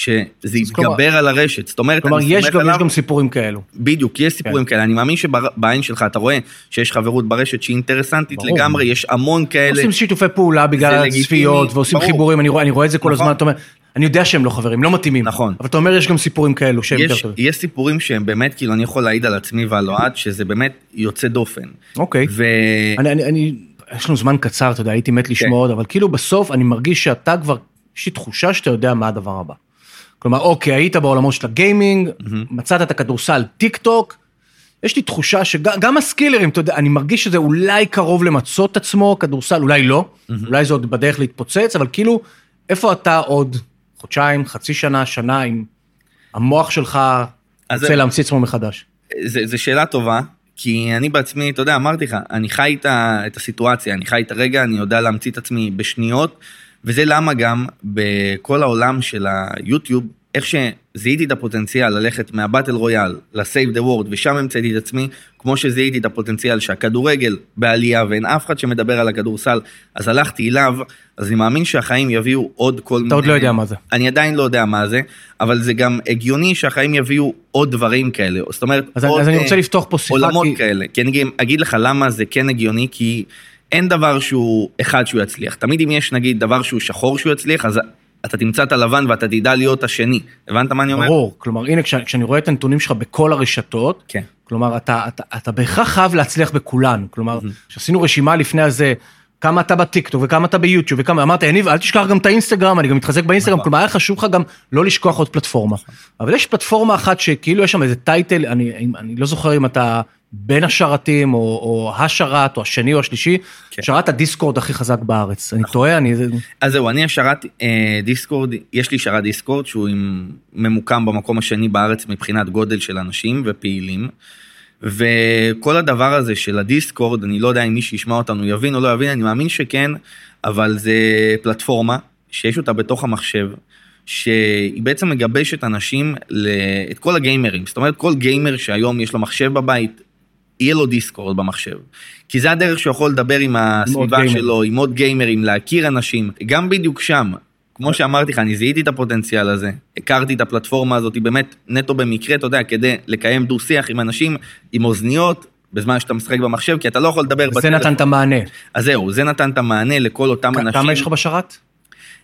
שזה יתגבר על הרשת. זאת אומרת, כלומר, יש גם, יש גם סיפורים כאלו. בדיוק, יש סיפורים כאלה. אני מאמין שבעין שלך אתה רואה שיש חברות ברשת שהיא אינטרסנטית לגמרי, יש המון כאלה. עושים שיתופי פעולה בגלל הצפיות, ועושים חיבורים, אני רואה, אני רואה את זה כל הזמן, אתה אומר, אני יודע שהם לא חברים, לא מתאימים. נכון. אבל אתה אומר, יש גם סיפורים כאלו שהם יש, יותר טובים. יש סיפורים שהם באמת, כאילו, אני יכול להעיד על עצמי ועל אוהד, שזה באמת יוצא דופן. אוקיי. ו... אני, אני, אני, יש לנו זמן קצר, אתה יודע, הייתי מת לשמוע עוד, אבל כאילו בסוף אני מרגיש שאתה כבר, יש לי תחושה שאתה יודע מה הדבר הבא. כלומר, אוקיי, היית בעולמות של הגיימינג, מצאת את הכדורסל, טיק טוק, יש לי תחושה שגם הסקילרים, אתה יודע, אני מרגיש שזה אולי קרוב למצות עצמו, כדורסל, אולי לא, אולי זה עוד בדרך להתפוצץ, אבל כאילו, איפה אתה עוד חודשיים, חצי שנה, שנה, עם המוח שלך רוצה להמציא עצמו מחדש? זו שאלה טובה, כי אני בעצמי, אתה יודע, אמרתי לך, אני חי את הסיטואציה, אני חי את הרגע, אני יודע להמציא את עצמי בשניות, וזה למה גם בכל העולם של היוטיוב, איך שזיהיתי את הפוטנציאל ללכת מהבטל רויאל לסייב דה וורד, ושם המצאתי את עצמי, כמו שזיהיתי את הפוטנציאל שהכדורגל בעלייה, ואין אף אחד שמדבר על הכדורסל, אז הלכתי אליו, אז אני מאמין שהחיים יביאו עוד כל מיני... אתה עוד לא יודע מה זה. אני עדיין לא יודע מה זה, אבל זה גם הגיוני שהחיים יביאו עוד דברים כאלה, זאת אומרת... אז, עוד, אז אני רוצה לפתוח פה שיחה... עולמות כי... כאלה, כי אני אגיד לך למה זה כן הגיוני, כי אין דבר שהוא אחד שהוא יצליח. תמיד אם יש נגיד דבר שהוא שחור שהוא יצליח, אז אתה תמצא את הלבן ואתה תדע להיות השני. הבנת מה אני אומר? ברור, כלומר, הנה, כש, כשאני רואה את הנתונים שלך בכל הרשתות, כן. כלומר, אתה, אתה, אתה בהכרח חייב להצליח בכולן. כלומר, כשעשינו רשימה לפני הזה, כמה אתה בטיקטוק וכמה אתה ביוטיוב, וכמה, אמרת, יניב, אל תשכח גם את האינסטגרם, אני גם מתחזק באינסטגרם, כלומר, היה חשוב לך גם לא לשכוח עוד פלטפורמה. אבל יש פלטפורמה אחת שכאילו יש שם איזה טייטל, אני, אני לא זוכר אם אתה בין השרתים, או, או השרת, או השני או השלישי, כן. שרת הדיסקורד הכי חזק בארץ. אני טועה, אני... אז זהו, אני השרת אה, דיסקורד, יש לי שרת דיסקורד, שהוא עם, ממוקם במקום השני בארץ, מבחינת גודל של אנשים ופעילים, וכל הדבר הזה של הדיסקורד, אני לא יודע אם מי שישמע אותנו יבין או לא יבין, אני מאמין שכן, אבל זה פלטפורמה, שיש אותה בתוך המחשב, שהיא בעצם מגבשת אנשים, את כל הגיימרים, זאת אומרת, כל גיימר שהיום יש לו מחשב בבית, יהיה לו דיסקורד במחשב. כי זה הדרך שהוא יכול לדבר עם הסביבה שלו, עם עוד גיימרים, להכיר אנשים. גם בדיוק שם, כמו שאמרתי לך, אני זיהיתי את הפוטנציאל הזה, הכרתי את הפלטפורמה הזאת, באמת נטו במקרה, אתה יודע, כדי לקיים דו שיח עם אנשים, עם אוזניות, בזמן שאתה משחק במחשב, כי אתה לא יכול לדבר... זה נתן את המענה. אז זהו, זה נתן את המענה לכל אותם אנשים. כמה יש לך בשרת?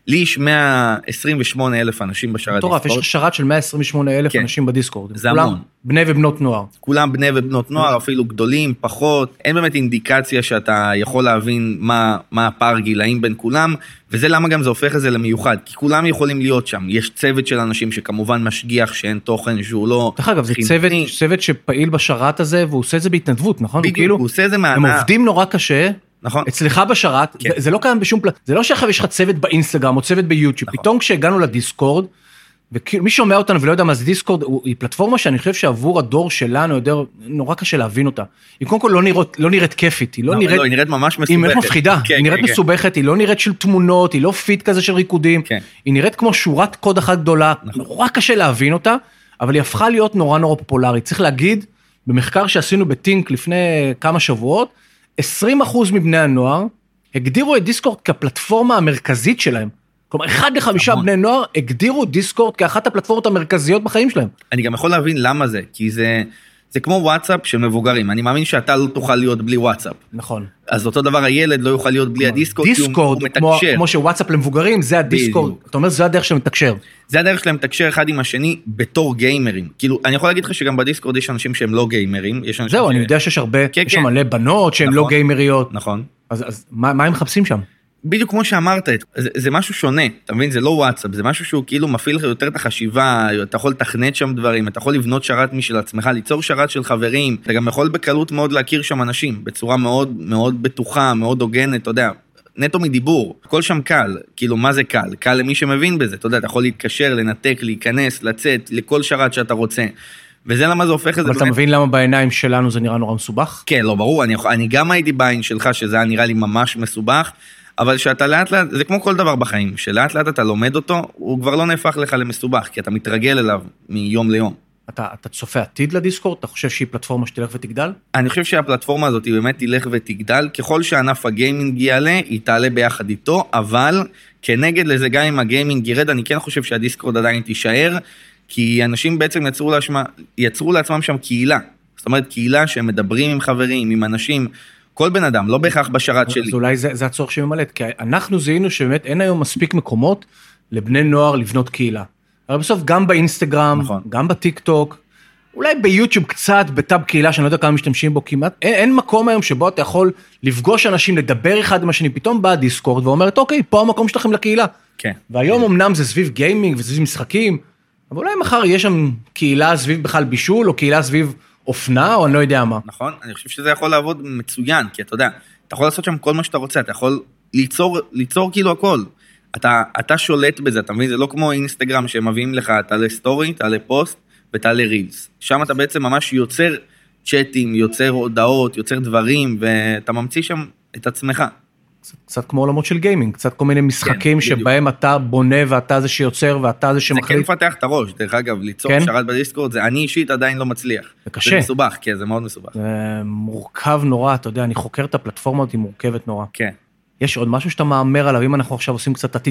לי יש מאה עשרים ושמונה אלף אנשים בשרת דיסקורד. טורף, יש לך שרת של מאה עשרים ושמונה אלף כן. אנשים בדיסקורד. זה המון. בני ובנות נוער. כולם בני ובנות נוער, אפילו גדולים, פחות. אין באמת אינדיקציה שאתה יכול להבין מה, מה הפער גילאים בין כולם, וזה למה גם זה הופך את זה למיוחד, כי כולם יכולים להיות שם. יש צוות של אנשים שכמובן משגיח שאין תוכן שהוא לא... דרך אגב, זה צוות, צוות שפעיל בשרת הזה, והוא עושה את זה בהתנדבות, נכון? בדיוק, הוא, כאילו, הוא עושה את זה מהנה. הם עובדים נורא קשה, נכון. אצלך בשרת, כן. זה, זה לא קיים בשום פלט, זה לא שאחר יש לך צוות באינסטגרם או צוות ביוטיוב, נכון. פתאום כשהגענו לדיסקורד, ומי שומע אותנו ולא יודע מה זה דיסקורד, היא פלטפורמה שאני חושב שעבור הדור שלנו, יודע, נורא קשה להבין אותה. היא קודם כל לא נראית, לא נראית כיפית, היא לא, לא נראית... לא, היא נראית ממש מסובכת. היא נראית מפחידה, כן, היא נראית כן, מסובכת, כן. היא לא נראית של תמונות, היא לא פיט כזה של ריקודים, כן. היא נראית כמו שורת קוד אחת גדולה, נכון. נורא קשה להבין אותה, אבל היא הפכה להיות נורא נורא פופולרית. צריך להגיד, במחקר שעשינו בטינק לפני כמה שבועות, עשרים אחוז מבני הנוער הגדירו את דיסקורד כפלטפורמה המרכזית שלהם. כלומר, אחד לחמישה בני נוער הגדירו דיסקורד כאחת הפלטפורמות המרכזיות בחיים שלהם. אני גם יכול להבין למה זה, כי זה, זה כמו וואטסאפ של מבוגרים. אני מאמין שאתה לא תוכל להיות בלי וואטסאפ. נכון. אז אותו דבר הילד לא יוכל להיות בלי הדיסקורד, דיסקורד, הוא כמו, כמו שוואטסאפ למבוגרים, זה הדיסקורד. אתה אומר, זה הדרך שלהם מתקשר. זה הדרך שלהם מתקשר אחד עם השני בתור גיימרים. כאילו, אני יכול להגיד לך שגם בדיסקורד יש אנשים שהם לא גיימרים. זהו, אני יודע שיש הרבה, יש שם מלא בנות שהן לא גיימריות. נכון. אז, אז מה, מה הם מחפשים שם? בדיוק כמו שאמרת, זה, זה משהו שונה, אתה מבין? זה לא וואטסאפ, זה משהו שהוא כאילו מפעיל לך יותר את החשיבה, אתה יכול לתכנת שם דברים, אתה יכול לבנות שרת משל עצמך, ליצור שרת של חברים, אתה גם יכול בקלות מאוד להכיר שם אנשים, בצורה מאוד מאוד בטוחה, מאוד הוגנת, אתה יודע, נטו מדיבור, הכל שם קל, כאילו מה זה קל? קל למי שמבין בזה, אתה יודע, אתה יכול להתקשר, לנתק, להיכנס, לצאת, לכל שרת שאתה רוצה. וזה למה זה הופך את זה... אבל אתה מבין למה בעיניים שלנו זה נראה נורא מסובך? כן, לא, ברור, אני, אני גם הייתי בעין שלך שזה היה נראה לי ממש מסובך, אבל שאתה לאט לאט, זה כמו כל דבר בחיים, שלאט לאט אתה לומד אותו, הוא כבר לא נהפך לך למסובך, כי אתה מתרגל אליו מיום ליום. אתה, אתה צופה עתיד לדיסקורד? אתה חושב שהיא פלטפורמה שתלך ותגדל? אני חושב שהפלטפורמה הזאת היא באמת תלך ותגדל, ככל שענף הגיימינג יעלה, היא תעלה ביחד איתו, אבל כנגד לזה גם אם הגיימינג ירד, אני כן חושב שהדיסקורד עדיין תישאר, כי אנשים בעצם יצרו לעצמם, יצרו לעצמם שם קהילה. זאת אומרת, קהילה שהם מדברים עם חברים, עם אנשים, כל בן אדם, לא בהכרח בשרת שלי. אז אולי זה, זה הצורך שממלאת, כי אנחנו זיהינו שבאמת אין היום מספיק מקומות לבני נוער לבנות קהילה. אבל בסוף גם באינסטגרם, נכון. גם בטיק טוק, אולי ביוטיוב קצת, בטאב קהילה שאני לא יודע כמה משתמשים בו כמעט, אין, אין מקום היום שבו אתה יכול לפגוש אנשים, לדבר אחד עם השני, פתאום בא דיסקורד ואומרת, אוקיי, פה המקום שלכם לקהילה. כן. והיום כן. אמנם זה סביב גיימינג וסביב משחקים, אבל אולי מחר יש שם קהילה סביב בכלל בישול, או קהילה סביב אופנה, או אני לא יודע מה. נכון, אני חושב שזה יכול לעבוד מצוין, כי אתה יודע, אתה יכול לעשות שם כל מה שאתה רוצה, אתה יכול ליצור, ליצור כאילו הכל. אתה, אתה שולט בזה, אתה מבין? זה לא כמו אינסטגרם שהם מביאים לך, תעלה סטורי, תעלה פוסט, ותעלה רילס. שם אתה בעצם ממש יוצר צ'אטים, יוצר הודעות, יוצר דברים, ואתה ממציא שם את עצמך. קצת, קצת כמו עולמות של גיימינג, קצת כל מיני משחקים כן, שבהם בדיוק. אתה בונה ואתה זה שיוצר ואתה זה שמחליט. זה כן מפתח את הראש, דרך אגב, ליצור כן? שרת בדיסקורד, זה אני אישית עדיין לא מצליח. זה קשה. זה מסובך, כן, זה מאוד מסובך. זה מורכב נורא, אתה יודע, אני חוקר את הפלטפורמה, היא מורכבת נורא. כן. יש עוד משהו שאתה מאמר עליו, אם אנחנו עכשיו עושים קצת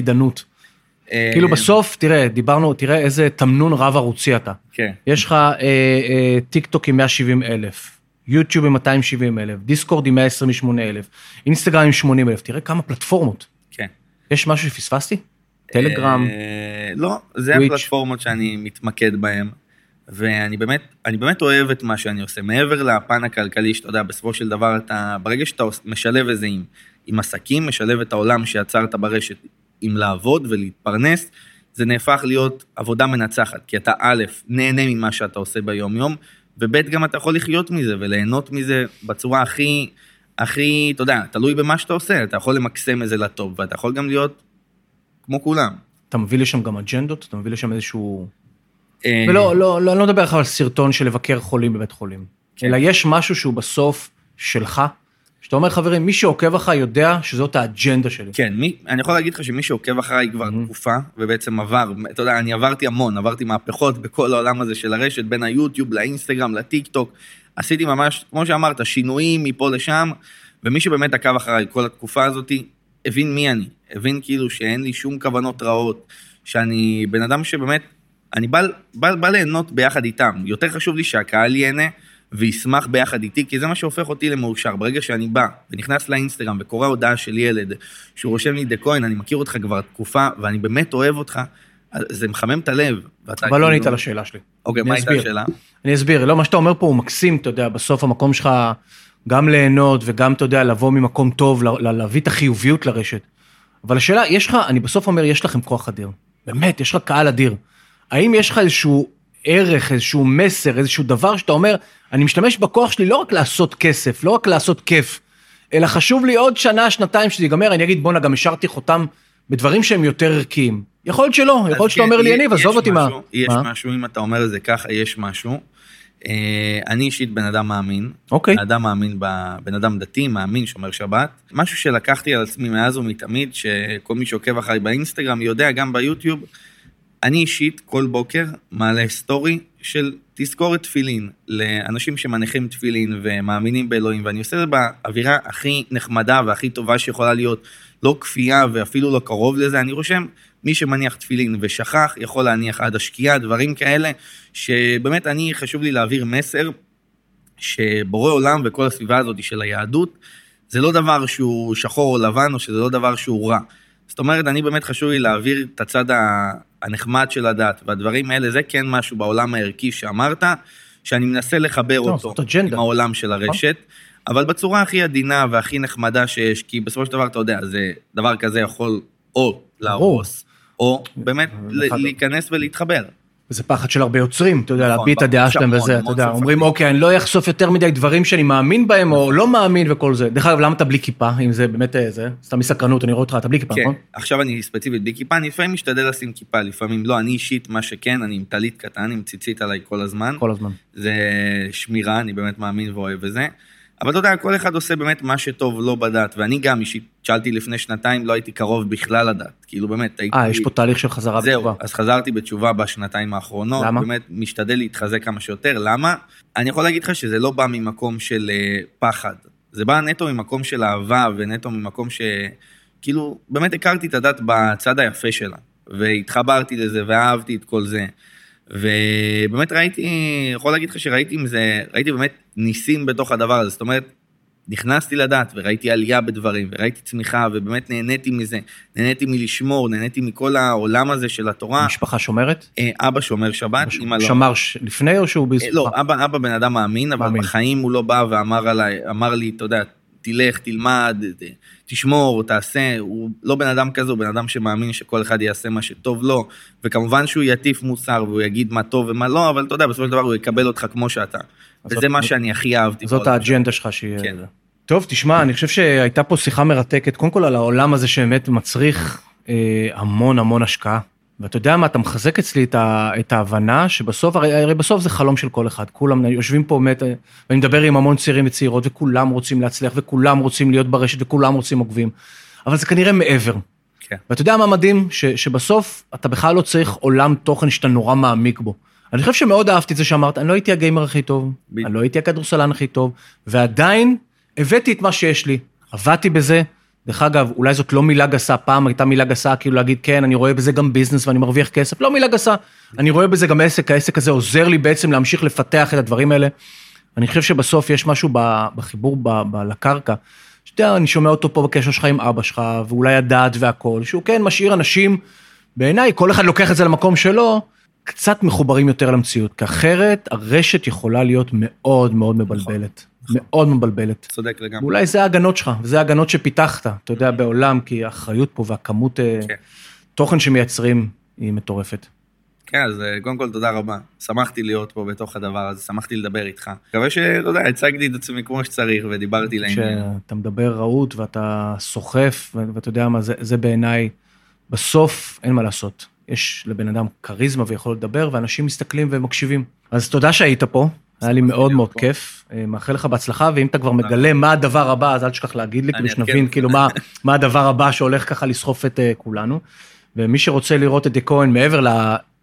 כאילו בסוף, תראה, דיברנו, תראה איזה תמנון רב ערוצי אתה. כן. יש לך טיק טוק עם מאה שבעים אלף, יוטיוב עם מאתיים שבעים אלף, דיסקורד עם מאה עשרים ושמונה אלף, אינסטגרם עם שמונים אלף, תראה כמה פלטפורמות. כן. יש משהו שפספסתי? טלגרם? לא, זה הפלטפורמות שאני מתמקד בהן, ואני באמת, אני באמת אוהב את מה שאני עושה, מעבר לפן הכלכלי, שאתה יודע, בסופו של דבר, אתה, ברגע שאתה משלב איזה עם, עם עסקים, משלב את העולם שיצרת ברשת, עם לעבוד ולהתפרנס, זה נהפך להיות עבודה מנצחת, כי אתה א', נהנה ממה שאתה עושה ביום יום, וב' גם אתה יכול לחיות מזה וליהנות מזה בצורה הכי, הכי, אתה יודע, תלוי במה שאתה עושה, אתה יכול למקסם את זה לטוב, ואתה יכול גם להיות כמו כולם. אתה מביא לשם גם אג'נדות? אתה מביא לשם איזשהו... ולא, לא, לא, אני לא מדבר לך על סרטון של לבקר חולים בבית חולים, אלא יש משהו שהוא בסוף שלך, שאתה אומר, חברים, מי שעוקב אחריי יודע שזאת האג'נדה שלי. כן, מי, אני יכול להגיד לך שמי שעוקב אחריי כבר mm-hmm. תקופה, ובעצם עבר, אתה יודע, אני עברתי המון, עברתי מהפכות בכל העולם הזה של הרשת, בין היוטיוב לאינסטגרם, לטיק טוק, עשיתי ממש, כמו שאמרת, שינויים מפה לשם, ומי שבאמת עקב אחריי כל התקופה הזאת, הבין מי אני, הבין כאילו שאין לי שום כוונות רעות, שאני בן אדם שבאמת, אני בא, בא, בא ליהנות ביחד איתם, יותר חשוב לי שהקהל ייהנה, וישמח ביחד איתי, כי זה מה שהופך אותי למאושר. ברגע שאני בא ונכנס לאינסטגרם וקורא הודעה של ילד, שהוא רושם לי דקוין, אני מכיר אותך כבר תקופה, ואני באמת אוהב אותך, זה מחמם את הלב. אבל לא ענית לשאלה שלי. אוקיי, מה הייתה השאלה? אני אסביר, לא, מה שאתה אומר פה הוא מקסים, אתה יודע, בסוף המקום שלך גם ליהנות, וגם, אתה יודע, לבוא ממקום טוב, להביא את החיוביות לרשת. אבל השאלה, יש לך, אני בסוף אומר, יש לכם כוח אדיר. באמת, יש לך קהל אדיר. האם יש לך איזשהו ערך, איזשהו מסר, איזשהו דבר שאתה אומר, אני משתמש בכוח שלי לא רק לעשות כסף, לא רק לעשות כיף, אלא חשוב לי עוד שנה, שנתיים שזה ייגמר, אני אגיד, בוא נגם, השארתי חותם בדברים שהם יותר ערכיים. יכול להיות שלא, יכול להיות שאתה אומר לי, יניב, עזוב אותי מה. יש משהו, אם אתה אומר את זה ככה, יש משהו. אני אישית בן אדם מאמין. אוקיי. בן אדם מאמין, בן אדם דתי, מאמין, שומר שבת. משהו שלקחתי על עצמי מאז ומתמיד, שכל מי שעוקב אחרי באינסטגרם יודע, גם ביוטיוב, אני אישית כל בוקר מעלה סטורי של תזכורת תפילין, לאנשים שמניחים תפילין ומאמינים באלוהים, ואני עושה את זה באווירה הכי נחמדה והכי טובה שיכולה להיות, לא כפייה ואפילו לא קרוב לזה, אני רושם, מי שמניח תפילין ושכח, יכול להניח עד השקיעה, דברים כאלה, שבאמת אני חשוב לי להעביר מסר, שבורא עולם וכל הסביבה הזאת של היהדות, זה לא דבר שהוא שחור או לבן, או שזה לא דבר שהוא רע. זאת אומרת, אני באמת חשוב לי להעביר את הצד הנחמד של הדת, והדברים האלה, זה כן משהו בעולם הערכי שאמרת, שאני מנסה לחבר אותו עם העולם של הרשת, אבל בצורה הכי עדינה והכי נחמדה שיש, כי בסופו של דבר, אתה יודע, זה דבר כזה יכול או להרוס, או באמת להיכנס ולהתחבר. וזה פחד של הרבה יוצרים, אתה יודע, להביע את הדעה שלהם וזה, אתה יודע, אומרים, אוקיי, אני לא אחשוף יותר מדי דברים שאני מאמין בהם, או לא מאמין וכל זה. דרך אגב, למה אתה בלי כיפה, אם זה באמת זה? סתם מסקרנות, אני רואה אותך, אתה בלי כיפה, נכון? כן, עכשיו אני ספציפית בלי כיפה, אני לפעמים משתדל לשים כיפה, לפעמים לא, אני אישית, מה שכן, אני עם טלית קטן, עם ציצית עליי כל הזמן. כל הזמן. זה שמירה, אני באמת מאמין ואוהב בזה. אבל אתה יודע, כל אחד עושה באמת מה שטוב לא בדת, ואני גם אישית, שאלתי לפני שנתיים, לא הייתי קרוב בכלל לדת, כאילו באמת הייתי... אה, יש פה תהליך של חזרה בתשובה. זהו, אז חזרתי בתשובה בשנתיים האחרונות, למה? באמת משתדל להתחזק כמה שיותר, למה? אני יכול להגיד לך שזה לא בא ממקום של פחד, זה בא נטו ממקום של אהבה, ונטו ממקום ש... כאילו, באמת הכרתי את הדת בצד היפה שלה, והתחברתי לזה, ואהבתי את כל זה. ובאמת ראיתי, יכול להגיד לך שראיתי עם זה, ראיתי באמת ניסים בתוך הדבר הזה, זאת אומרת, נכנסתי לדעת וראיתי עלייה בדברים, וראיתי צמיחה, ובאמת נהניתי מזה, נהניתי מלשמור, נהניתי מכל העולם הזה של התורה. משפחה שומרת? אבא שומר שבת. שמר לפני או שהוא בזכות? לא, אבא, אבא בן אדם מאמין, אבל בחיים הוא לא בא ואמר עליי, אמר לי, אתה יודע, תלך, תלמד, תשמור, תעשה, הוא לא בן אדם כזה, הוא בן אדם שמאמין שכל אחד יעשה מה שטוב לו, וכמובן שהוא יטיף מוסר, והוא יגיד מה טוב ומה לא, אבל אתה יודע, בסופו של דבר הוא יקבל אותך כמו שאתה. וזה מה שאני הכי אהבתי. זאת האג'נדה שלך שיהיה. כן. טוב, תשמע, אני חושב שהייתה פה שיחה מרתקת, קודם כל על העולם הזה שבאמת מצריך אה, המון המון השקעה, ואתה יודע מה, אתה מחזק אצלי את, ה, את ההבנה שבסוף, הרי, הרי בסוף זה חלום של כל אחד, כולם יושבים פה באמת, ואני מדבר עם המון צעירים וצעירות, וכולם רוצים להצליח, וכולם רוצים להיות ברשת, וכולם רוצים עוקבים, אבל זה כנראה מעבר. כן. ואתה יודע מה מדהים, ש, שבסוף אתה בכלל לא צריך עולם תוכן שאתה נורא מעמיק בו. אני חושב שמאוד אהבתי את זה שאמרת, אני לא הייתי הגיימר הכי טוב, ב... אני לא הייתי הכדורסלן הכי טוב, ועדיין הבאתי את מה שיש לי, עבדתי בזה, דרך אגב, אולי זאת לא מילה גסה, פעם הייתה מילה גסה, כאילו להגיד, כן, אני רואה בזה גם ביזנס ואני מרוויח כסף, לא מילה גסה, אני רואה בזה גם עסק, העסק הזה עוזר לי בעצם להמשיך לפתח את הדברים האלה, אני חושב שבסוף יש משהו בחיבור לקרקע, שאתה יודע, אני שומע אותו פה בקשר שלך עם אבא שלך, ואולי הדעת והכל, שהוא כן משאיר אנשים, בעיניי, כל אחד לוקח את זה למקום שלו, קצת מחוברים יותר למציאות, כי אחרת הרשת יכולה להיות מאוד מאוד מבלבלת. מאוד מבלבלת. צודק לגמרי. אולי זה ההגנות שלך, וזה ההגנות שפיתחת, אתה יודע, בעולם, כי האחריות פה והכמות תוכן שמייצרים היא מטורפת. כן, אז קודם כל תודה רבה. שמחתי להיות פה בתוך הדבר הזה, שמחתי לדבר איתך. מקווה שאתה יודע, הצגתי את עצמי כמו שצריך, ודיברתי לעניין. כשאתה מדבר רעות, ואתה סוחף, ואתה יודע מה, זה בעיניי, בסוף אין מה לעשות. יש לבן אדם קריזמה ויכול לדבר, ואנשים מסתכלים ומקשיבים. אז תודה שהיית פה. היה לי מאוד מאוד כיף, מאחל לך בהצלחה, ואם אתה כבר מגלה מה הדבר הבא, אז אל תשכח להגיד לי, כדי שנבין כאילו מה הדבר הבא שהולך ככה לסחוף את כולנו, ומי שרוצה לראות את דקוין מעבר ל...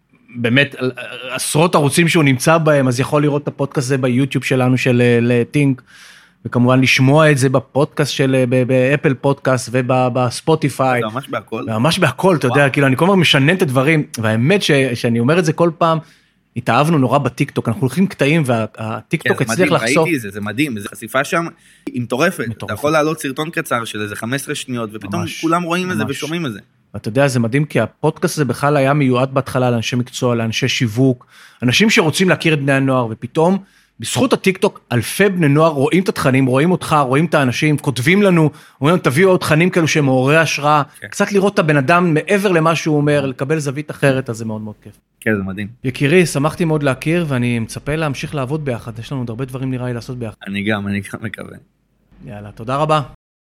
באמת, עשרות ערוצים שהוא נמצא בהם, אז יכול לראות את הפודקאסט הזה ביוטיוב שלנו של טינק, וכמובן לשמוע את זה בפודקאסט של, באפל פודקאסט ובספוטיפיי. זה ממש בהכל. ממש בהכל, אתה יודע, כאילו אני כל הזמן משנן את הדברים, והאמת שאני אומר את זה כל פעם, התאהבנו נורא בטיקטוק, אנחנו הולכים קטעים והטיקטוק הצליח לחשוף. ראיתי זה, זה מדהים, זו חשיפה שם, היא מטורפת. אתה יכול לעלות סרטון קצר של איזה חמש עשרה שניות, ופתאום כולם רואים את זה ושומעים את זה. ואתה יודע, זה מדהים, כי הפודקאסט הזה בכלל היה מיועד בהתחלה לאנשי מקצוע, לאנשי שיווק, אנשים שרוצים להכיר את בני הנוער, ופתאום, בזכות הטיקטוק, אלפי בני נוער רואים את התכנים, רואים אותך, רואים את האנשים, כותבים לנו, אומרים, תביאו עוד תכנים כאלו שהם מעוררי השראה, okay. קצת לראות את הבן אדם מעבר למה שהוא אומר, לקבל זווית אחרת, אז זה מאוד מאוד כיף. כן, זה מדהים. יקירי, שמחתי מאוד להכיר, ואני מצפה להמשיך לעבוד ביחד, יש לנו עוד הרבה דברים נראה לי לעשות ביחד. אני גם, אני גם מקווה. יאללה, תודה רבה.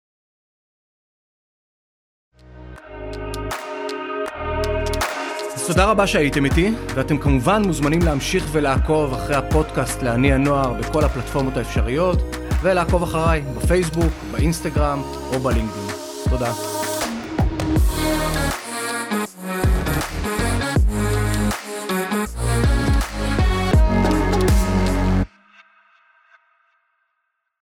אז תודה רבה שהייתם איתי, ואתם כמובן מוזמנים להמשיך ולעקוב אחרי הפודקאסט לעני הנוער בכל הפלטפורמות האפשריות, ולעקוב אחריי בפייסבוק, באינסטגרם או בלינקדאין. תודה.